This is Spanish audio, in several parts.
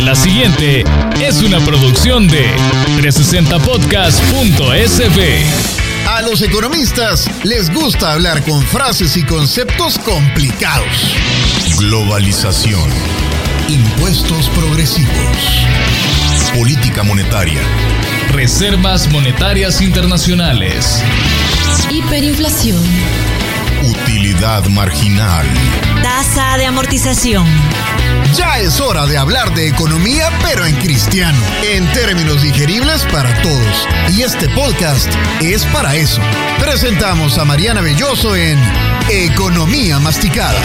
La siguiente es una producción de 360podcast.sb. A los economistas les gusta hablar con frases y conceptos complicados. Globalización, impuestos progresivos, política monetaria, reservas monetarias internacionales, hiperinflación, utilidad marginal, tasa de amortización. Ya es hora de hablar de economía, pero en cristiano, en términos digeribles para todos. Y este podcast es para eso. Presentamos a Mariana Belloso en Economía Masticada.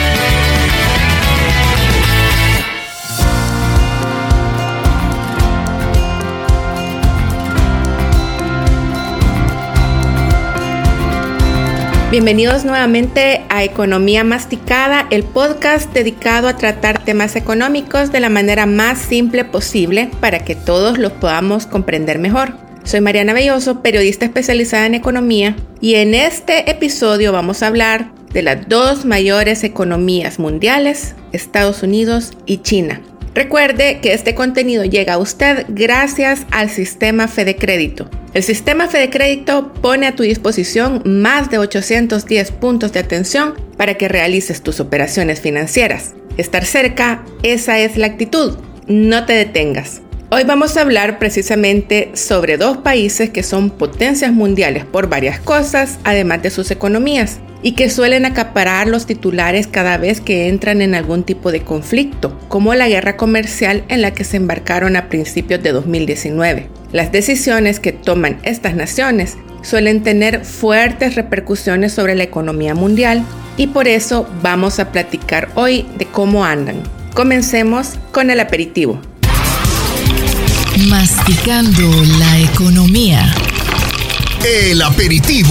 Bienvenidos nuevamente a Economía Masticada, el podcast dedicado a tratar temas económicos de la manera más simple posible para que todos los podamos comprender mejor. Soy Mariana Belloso, periodista especializada en economía, y en este episodio vamos a hablar de las dos mayores economías mundiales, Estados Unidos y China. Recuerde que este contenido llega a usted gracias al sistema FedeCrédito. El sistema FedeCrédito pone a tu disposición más de 810 puntos de atención para que realices tus operaciones financieras. Estar cerca, esa es la actitud. No te detengas. Hoy vamos a hablar precisamente sobre dos países que son potencias mundiales por varias cosas, además de sus economías, y que suelen acaparar los titulares cada vez que entran en algún tipo de conflicto, como la guerra comercial en la que se embarcaron a principios de 2019. Las decisiones que toman estas naciones suelen tener fuertes repercusiones sobre la economía mundial, y por eso vamos a platicar hoy de cómo andan. Comencemos con el aperitivo. Masticando la economía. El aperitivo.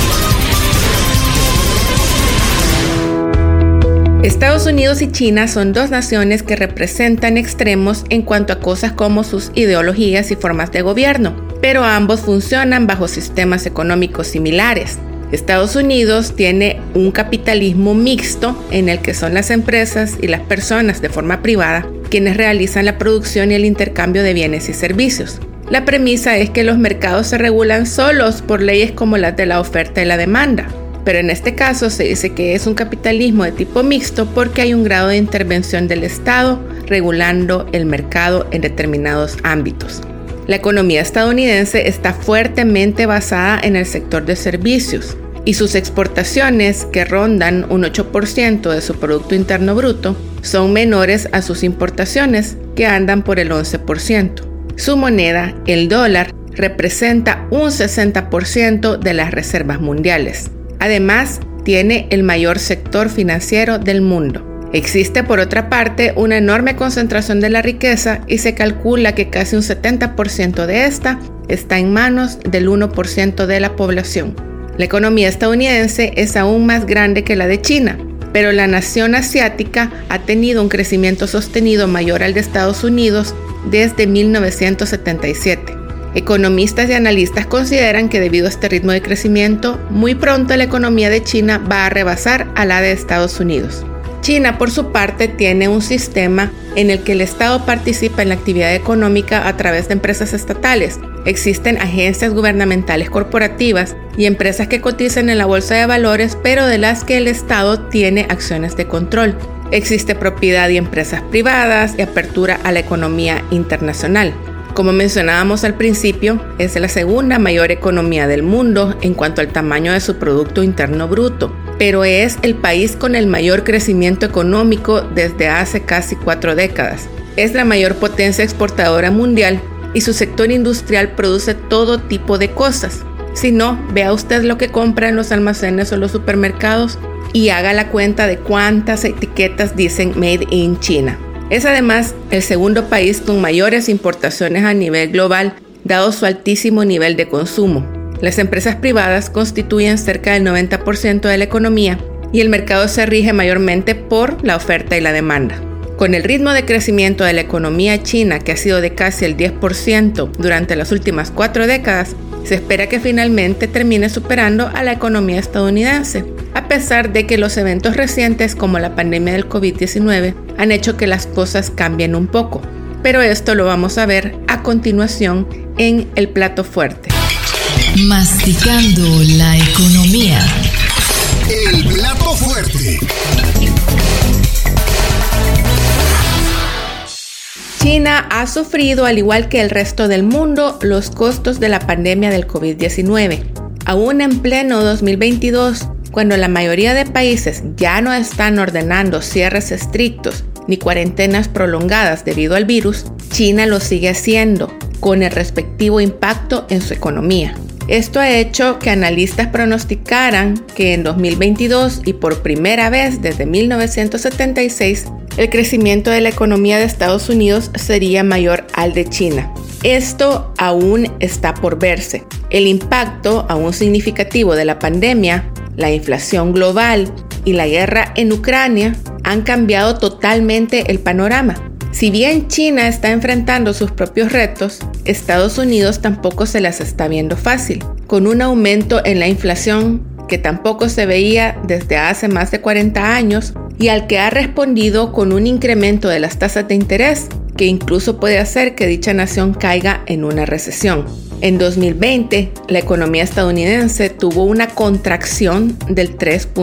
Estados Unidos y China son dos naciones que representan extremos en cuanto a cosas como sus ideologías y formas de gobierno, pero ambos funcionan bajo sistemas económicos similares. Estados Unidos tiene un capitalismo mixto en el que son las empresas y las personas de forma privada quienes realizan la producción y el intercambio de bienes y servicios. La premisa es que los mercados se regulan solos por leyes como las de la oferta y la demanda. Pero en este caso se dice que es un capitalismo de tipo mixto porque hay un grado de intervención del Estado regulando el mercado en determinados ámbitos. La economía estadounidense está fuertemente basada en el sector de servicios y sus exportaciones, que rondan un 8% de su Producto Interno Bruto, son menores a sus importaciones, que andan por el 11%. Su moneda, el dólar, representa un 60% de las reservas mundiales. Además, tiene el mayor sector financiero del mundo. Existe, por otra parte, una enorme concentración de la riqueza y se calcula que casi un 70% de esta está en manos del 1% de la población. La economía estadounidense es aún más grande que la de China, pero la nación asiática ha tenido un crecimiento sostenido mayor al de Estados Unidos desde 1977. Economistas y analistas consideran que debido a este ritmo de crecimiento, muy pronto la economía de China va a rebasar a la de Estados Unidos. China, por su parte, tiene un sistema en el que el Estado participa en la actividad económica a través de empresas estatales. Existen agencias gubernamentales corporativas y empresas que cotizan en la bolsa de valores, pero de las que el Estado tiene acciones de control. Existe propiedad y empresas privadas y apertura a la economía internacional. Como mencionábamos al principio, es la segunda mayor economía del mundo en cuanto al tamaño de su Producto Interno Bruto, pero es el país con el mayor crecimiento económico desde hace casi 4 décadas. Es la mayor potencia exportadora mundial y su sector industrial produce todo tipo de cosas. Si no, vea usted lo que compra en los almacenes o los supermercados y haga la cuenta de cuántas etiquetas dicen Made in China. Es además el segundo país con mayores importaciones a nivel global, dado su altísimo nivel de consumo. Las empresas privadas constituyen cerca del 90% de la economía y el mercado se rige mayormente por la oferta y la demanda. Con el ritmo de crecimiento de la economía china, que ha sido de casi el 10% durante las últimas 4 décadas, se espera que finalmente termine superando a la economía estadounidense, a pesar de que los eventos recientes como la pandemia del COVID-19 han hecho que las cosas cambien un poco. pero esto lo vamos a ver a continuación en el plato fuerte. Masticando la economía. El plato fuerte. China ha sufrido, al igual que el resto del mundo, los costos de la pandemia del COVID-19. Aún en pleno 2022, cuando la mayoría de países ya no están ordenando cierres estrictos ni cuarentenas prolongadas debido al virus, China lo sigue haciendo, con el respectivo impacto en su economía. Esto ha hecho que analistas pronosticaran que en 2022 y por primera vez desde 1976, el crecimiento de la economía de Estados Unidos sería mayor al de China. Esto aún está por verse. El impacto aún significativo de la pandemia, la inflación global y la guerra en Ucrania han cambiado totalmente el panorama. Si bien China está enfrentando sus propios retos, Estados Unidos tampoco se las está viendo fácil, con un aumento en la inflación que tampoco se veía desde hace más de 40 años y al que ha respondido con un incremento de las tasas de interés, que incluso puede hacer que dicha nación caiga en una recesión. En 2020, la economía estadounidense tuvo una contracción del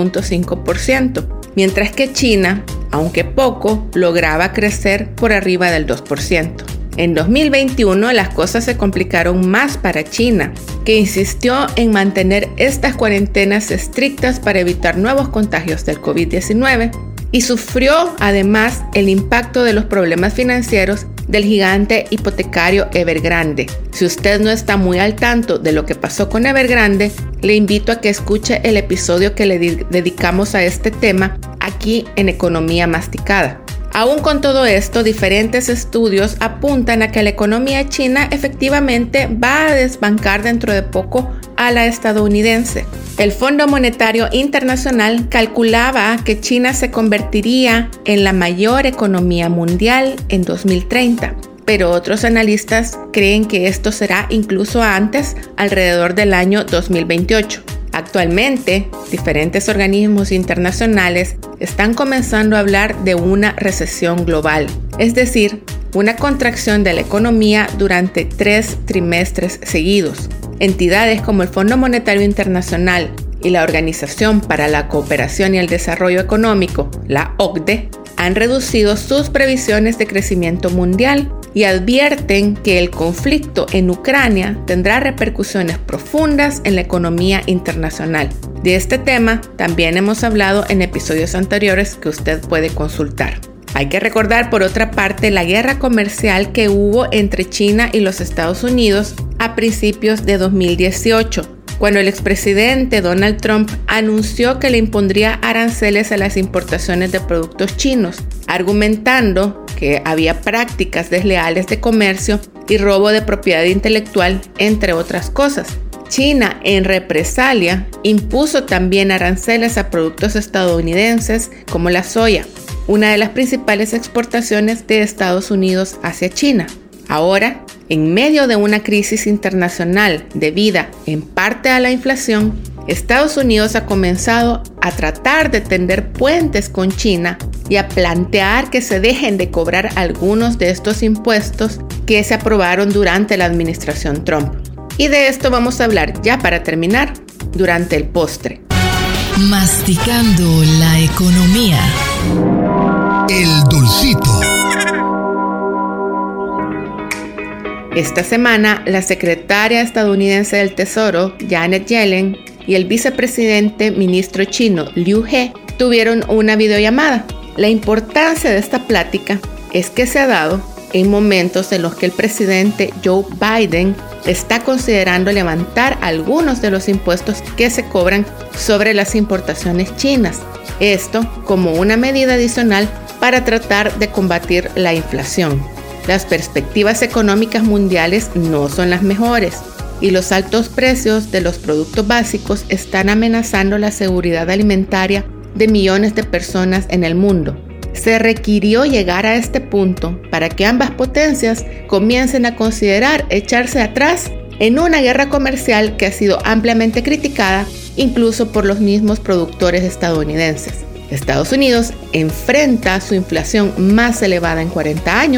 3.5%, mientras que China, aunque poco, lograba crecer por arriba del 2%. En 2021 las cosas se complicaron más para China, que insistió en mantener estas cuarentenas estrictas para evitar nuevos contagios del COVID-19 y sufrió además el impacto de los problemas financieros del gigante hipotecario Evergrande. Si usted no está muy al tanto de lo que pasó con Evergrande, le invito a que escuche el episodio que le dedicamos a este tema aquí en Economía Masticada. Aún con todo esto, diferentes estudios apuntan a que la economía china efectivamente va a desbancar dentro de poco a la estadounidense. El Fondo Monetario Internacional calculaba que China se convertiría en la mayor economía mundial en 2030, pero otros analistas creen que esto será incluso antes, alrededor del año 2028. Actualmente, diferentes organismos internacionales están comenzando a hablar de una recesión global, es decir, una contracción de la economía durante 3 trimestres seguidos. Entidades como el Fondo Monetario Internacional y la Organización para la Cooperación y el Desarrollo Económico, la OCDE, han reducido sus previsiones de crecimiento mundial y advierten que el conflicto en Ucrania tendrá repercusiones profundas en la economía internacional. De este tema también hemos hablado en episodios anteriores que usted puede consultar. Hay que recordar, por otra parte, la guerra comercial que hubo entre China y los Estados Unidos a principios de 2018, cuando el expresidente Donald Trump anunció que le impondría aranceles a las importaciones de productos chinos, argumentando que había prácticas desleales de comercio y robo de propiedad intelectual, entre otras cosas. China, en represalia, impuso también aranceles a productos estadounidenses como la soya, una de las principales exportaciones de Estados Unidos hacia China. Ahora, en medio de una crisis internacional debida en parte a la inflación, Estados Unidos ha comenzado a tratar de tender puentes con China y a plantear que se dejen de cobrar algunos de estos impuestos que se aprobaron durante la administración Trump. Y de esto vamos a hablar ya para terminar durante el postre. Masticando la economía. El dulcito. Esta semana, la secretaria estadounidense del Tesoro, Janet Yellen, y el vicepresidente ministro chino, Liu He, tuvieron una videollamada. La importancia de esta plática es que se ha dado en momentos en los que el presidente Joe Biden está considerando levantar algunos de los impuestos que se cobran sobre las importaciones chinas. Esto como una medida adicional para tratar de combatir la inflación. Las perspectivas económicas mundiales no son las mejores y los altos precios de los productos básicos están amenazando la seguridad alimentaria de millones de personas en el mundo. Se requirió llegar a este punto para que ambas potencias comiencen a considerar echarse atrás en una guerra comercial que ha sido ampliamente criticada incluso por los mismos productores estadounidenses. Estados Unidos enfrenta su inflación más elevada en 40 años,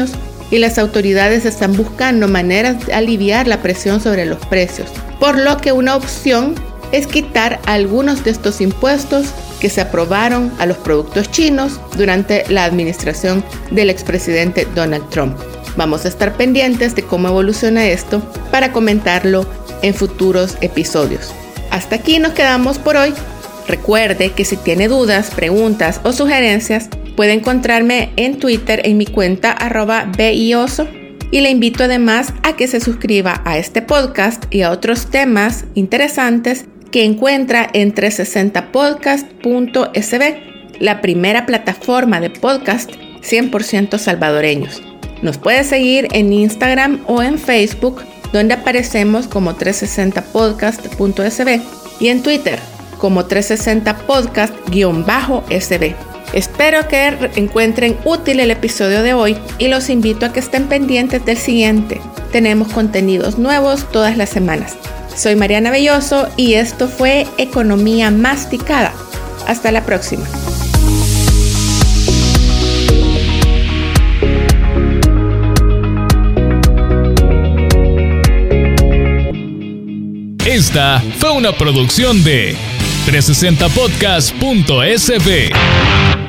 y las autoridades están buscando maneras de aliviar la presión sobre los precios, por lo que una opción es quitar algunos de estos impuestos que se aprobaron a los productos chinos durante la administración del expresidente Donald Trump. Vamos a estar pendientes de cómo evoluciona esto para comentarlo en futuros episodios. Hasta aquí nos quedamos por hoy. Recuerde que si tiene dudas, preguntas o sugerencias, puede encontrarme en Twitter en mi cuenta @bioso, y le invito además a que se suscriba a este podcast y a otros temas interesantes que encuentra en 360podcast.sb, la primera plataforma de podcast 100% salvadoreños. Nos puede seguir en Instagram o en Facebook, donde aparecemos como 360podcast.sb, y en Twitter como 360podcast_sb. Espero que encuentren útil el episodio de hoy y los invito a que estén pendientes del siguiente. Tenemos contenidos nuevos todas las semanas. Soy Mariana Belloso y esto fue Economía Masticada. Hasta la próxima. Esta fue una producción de 360podcast.sb.